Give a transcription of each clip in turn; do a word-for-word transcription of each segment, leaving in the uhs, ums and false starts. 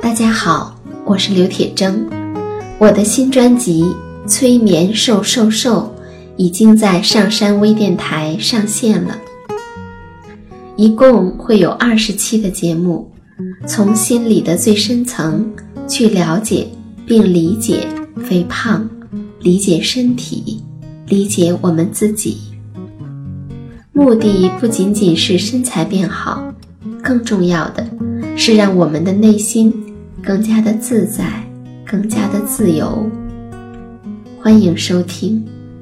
大家好，我是刘铁铮。我的新专辑《催眠瘦瘦瘦》已经在上山微电台上线了，一共会有二十期的节目，从心理的最深层去了解并理解肥胖，理解身体，理解我们自己。目的不仅仅是身材变好，更重要的是让我们的内心更加的自在，更加的自由。欢迎收听。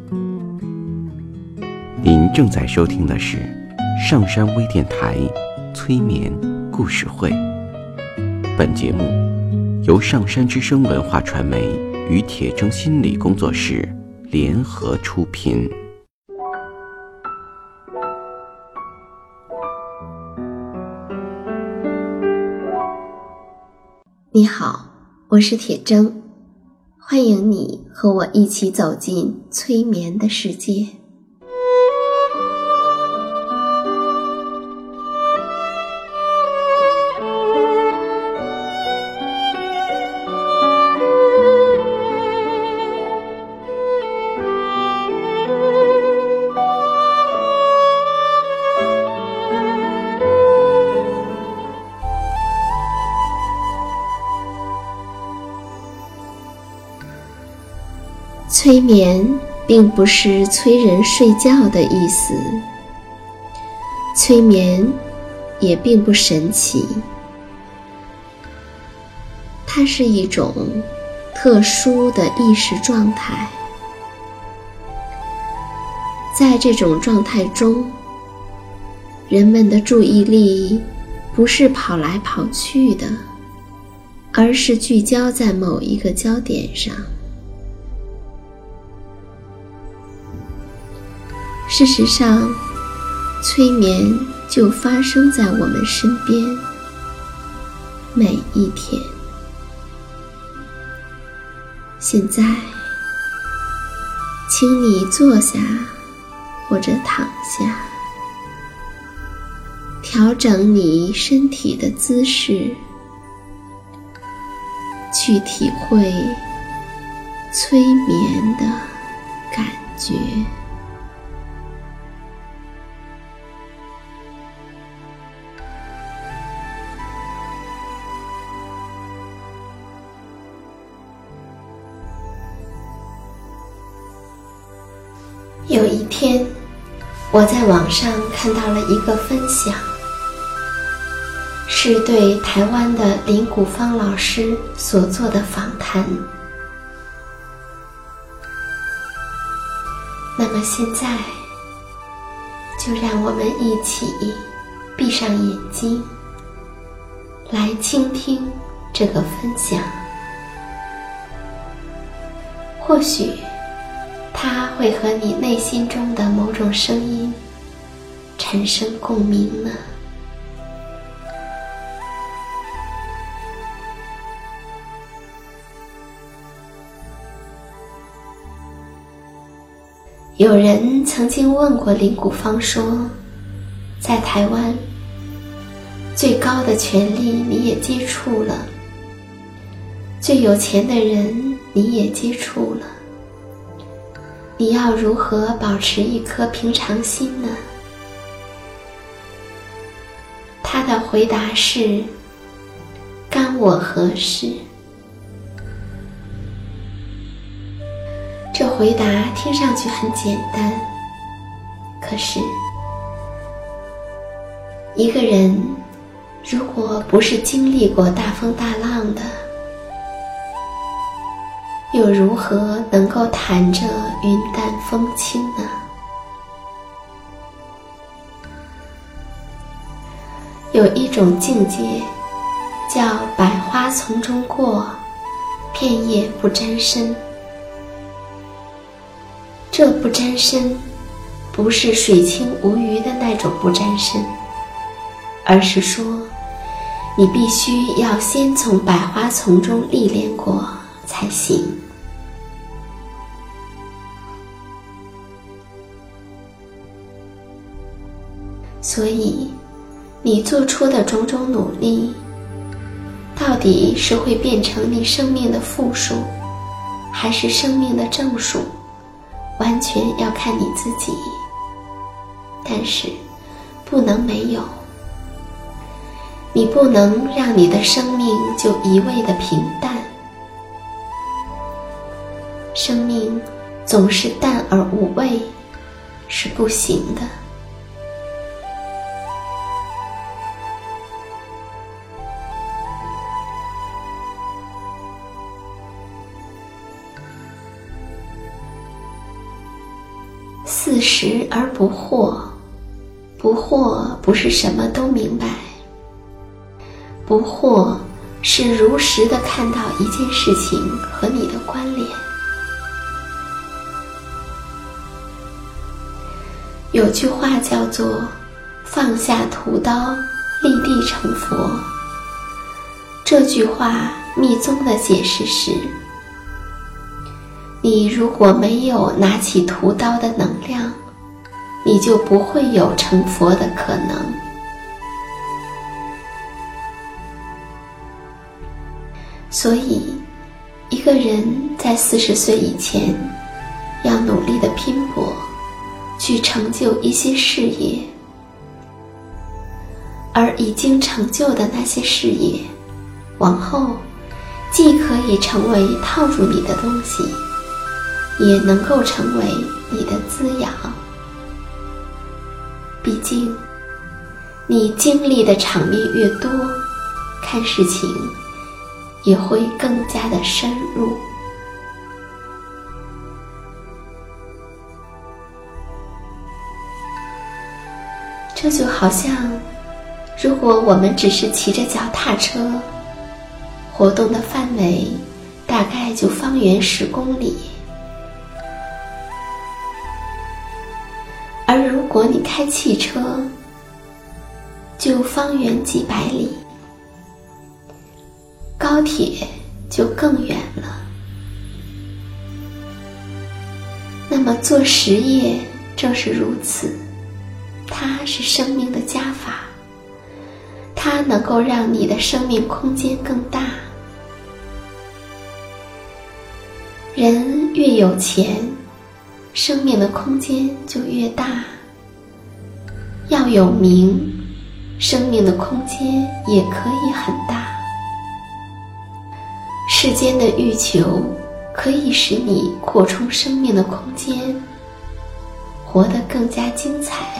您正在收听的是上山微电台催眠故事会。本节目由上山之声文化传媒与铁铮心理工作室联合出品。 你好，我是铁铮，欢迎你和我一起走进催眠的世界。催眠并不是催人睡觉的意思，催眠也并不神奇，它是一种特殊的意识状态。在这种状态中，人们的注意力不是跑来跑去的，而是聚焦在某一个焦点上。事实上，催眠就发生在我们身边，每一天。现在，请你坐下或者躺下，调整你身体的姿势，去体会催眠的感觉。有一天，我在网上看到了一个分享，是对台湾的林谷芳老师所做的访谈。那么现在，就让我们一起闭上眼睛，来倾听这个分享。或许它会和你内心中的某种声音产生共鸣呢。有人曾经问过林谷芳说，在台湾，最高的权力你也接触了，最有钱的人你也接触了，你要如何保持一颗平常心呢？他的回答是，干我何事？这回答听上去很简单，可是，一个人如果不是经历过大风大浪的，又如何能够谈着云淡风轻呢？有一种境界叫百花丛中过，片叶不沾身。这不沾身，不是水清无鱼的那种不沾身，而是说，你必须要先从百花丛中历练过才行。所以，你做出的种种努力， 到底是会变成你生命的负数，还是生命的正数，完全要看你自己。但是不能没有，你不能让你的生命就一味的平淡。生命总是淡而无味，是不行的。四十而不惑，不惑不是什么都明白，不惑是如实的看到一件事情和你的关联。有句话叫做放下屠刀，立地成佛。这句话密宗的解释是，你如果没有拿起屠刀的能量，你就不会有成佛的可能。所以一个人在四十岁以前要努力的拼搏，去成就一些事业，而已经成就的那些事业，往后既可以成为套住你的东西，也能够成为你的滋养。毕竟你经历的场面越多，看事情也会更加的深入。这就好像，如果我们只是骑着脚踏车，活动的范围大概就方圆十公里。而如果你开汽车，就方圆几百里，高铁就更远了。那么做实业正是如此，它是生命的加法，它能够让你的生命空间更大。人越有钱，生命的空间就越大。要有名，生命的空间也可以很大。世间的欲求可以使你扩充生命的空间，活得更加精彩。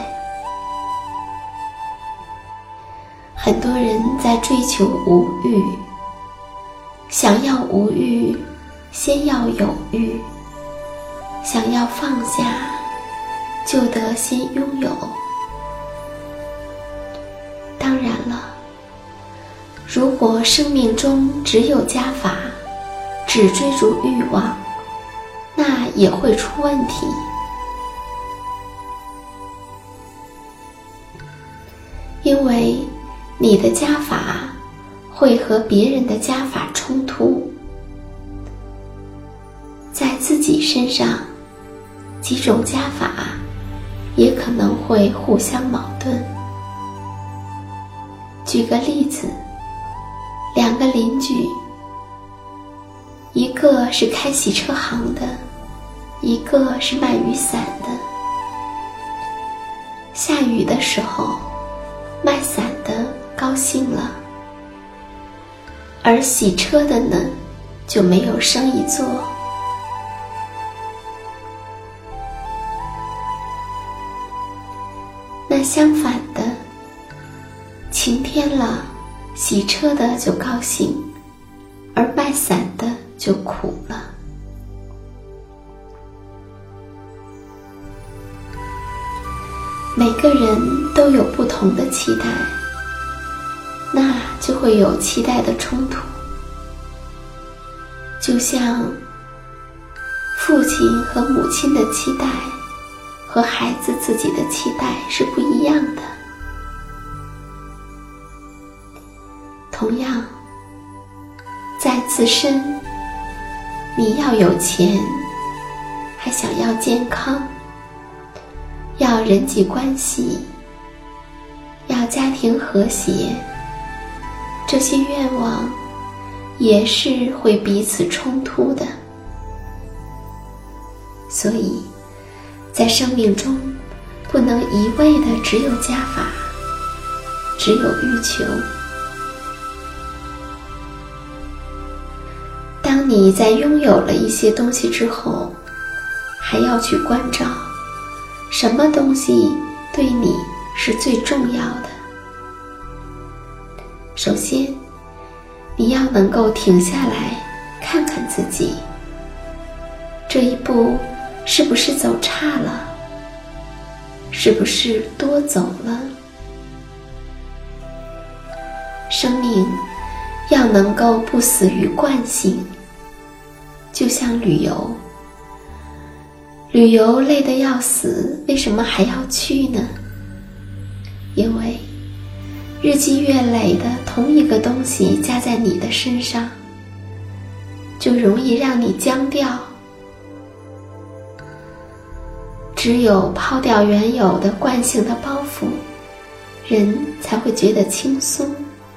很多人在追求无欲，想要无欲，先要有欲，想要放下，就得先拥有。当然了，如果生命中只有加法，只追逐欲望，那也会出问题。因为你的加法会和别人的加法冲突，在自己身上，几种加法也可能会互相矛盾。举个例子，两个邻居，一个是开洗车行的，一个是卖雨伞的。下雨的时候，卖伞的高兴了，而洗车的呢，就没有生意做。那相反的，晴天了，洗车的就高兴，而卖伞的就苦了。每个人都有不同的期待，那就会有期待的冲突。就像父亲和母亲的期待和孩子自己的期待是不一样的。同样，在自身，你要有钱，还想要健康，要人际关系，要家庭和谐，这些愿望也是会彼此冲突的。所以在生命中不能一味的只有加法，只有欲求。当你在拥有了一些东西之后，还要去关照什么东西对你是最重要的。首先，你要能够停下来看看自己，这一步是不是走差了？是不是多走了？生命要能够不死于惯性，就像旅游，旅游累得要死，为什么还要去呢？因为日积月累的同一个东西加在你的身上，就容易让你僵掉。只有抛掉原有的惯性的包袱，人才会觉得轻松。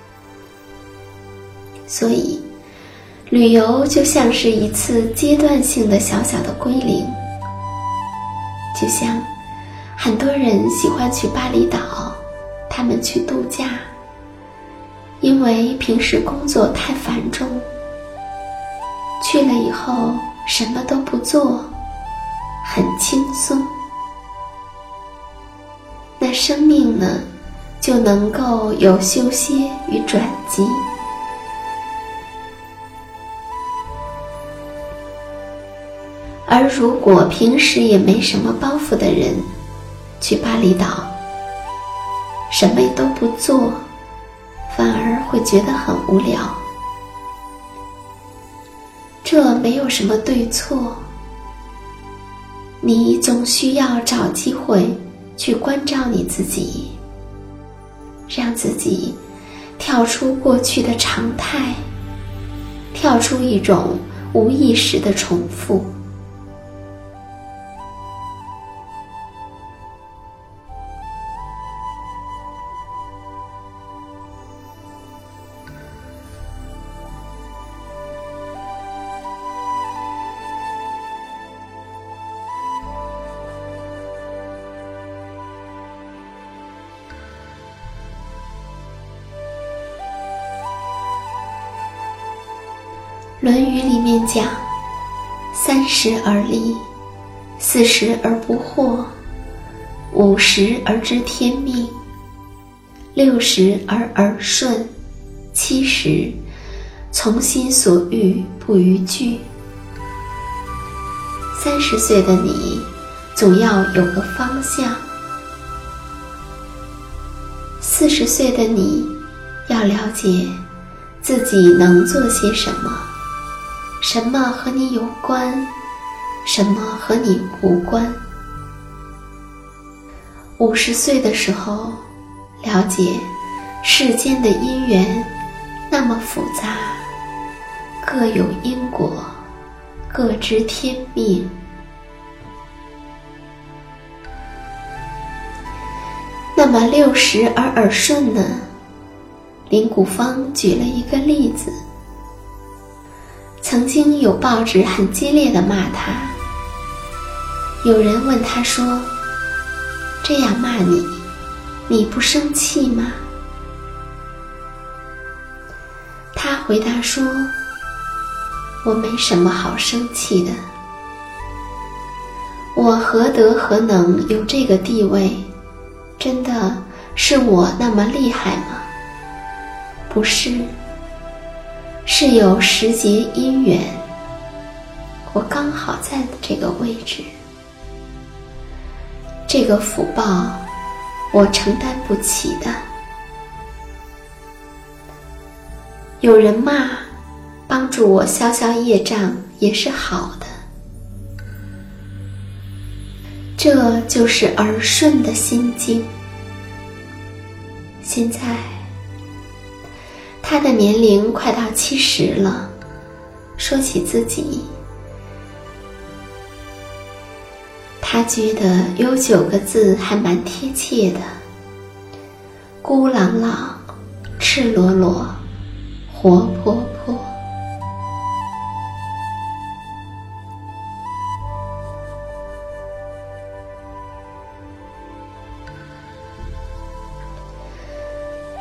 所以旅游就像是一次阶段性的小小的归零。就像很多人喜欢去巴厘岛，他们去度假，因为平时工作太繁重，去了以后什么都不做，很轻松。那生命呢，就能够有休歇与转机。而如果平时也没什么包袱的人，去巴厘岛，什么都不做，反而会觉得很无聊。这没有什么对错，你总需要找机会去关照你自己，让自己跳出过去的常态，跳出一种无意识的重复。论语里面讲，三十而立，四十而不惑，五十而知天命，六十而耳顺，七十从心所欲不逾矩。三十岁的你总要有个方向，四十岁的你要了解自己能做些什么，什么和你有关，什么和你无关。五十岁的时候，了解世间的因缘那么复杂，各有因果，各知天命。那么六十而耳顺呢？林谷芳举了一个例子，曾经有报纸很激烈地骂他，有人问他说，这样骂你，你不生气吗？他回答说，我没什么好生气的，我何德何能有这个地位？真的是我那么厉害吗？不是，是有时节因缘，我刚好在这个位置，这个福报我承担不起的。有人骂，帮助我消消业障也是好的，这就是耳顺的心境。现在他的年龄快到七十了，说起自己，他觉得有九个字还蛮贴切的，孤朗朗，赤裸裸，活泼泼。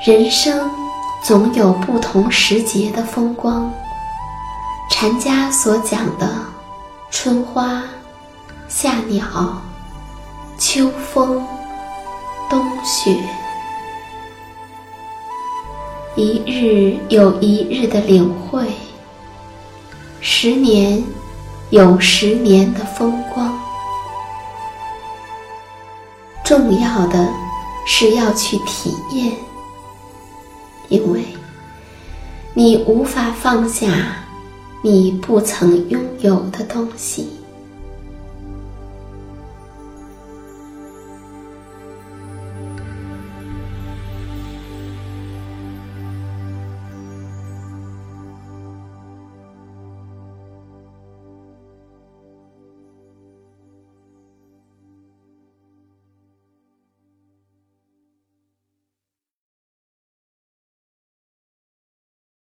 人生总有不同时节的风光。禅家所讲的春花、夏鸟、秋风、冬雪，一日有一日的领会，十年有十年的风光。重要的是要去体验，因为你无法放下你不曾拥有的东西。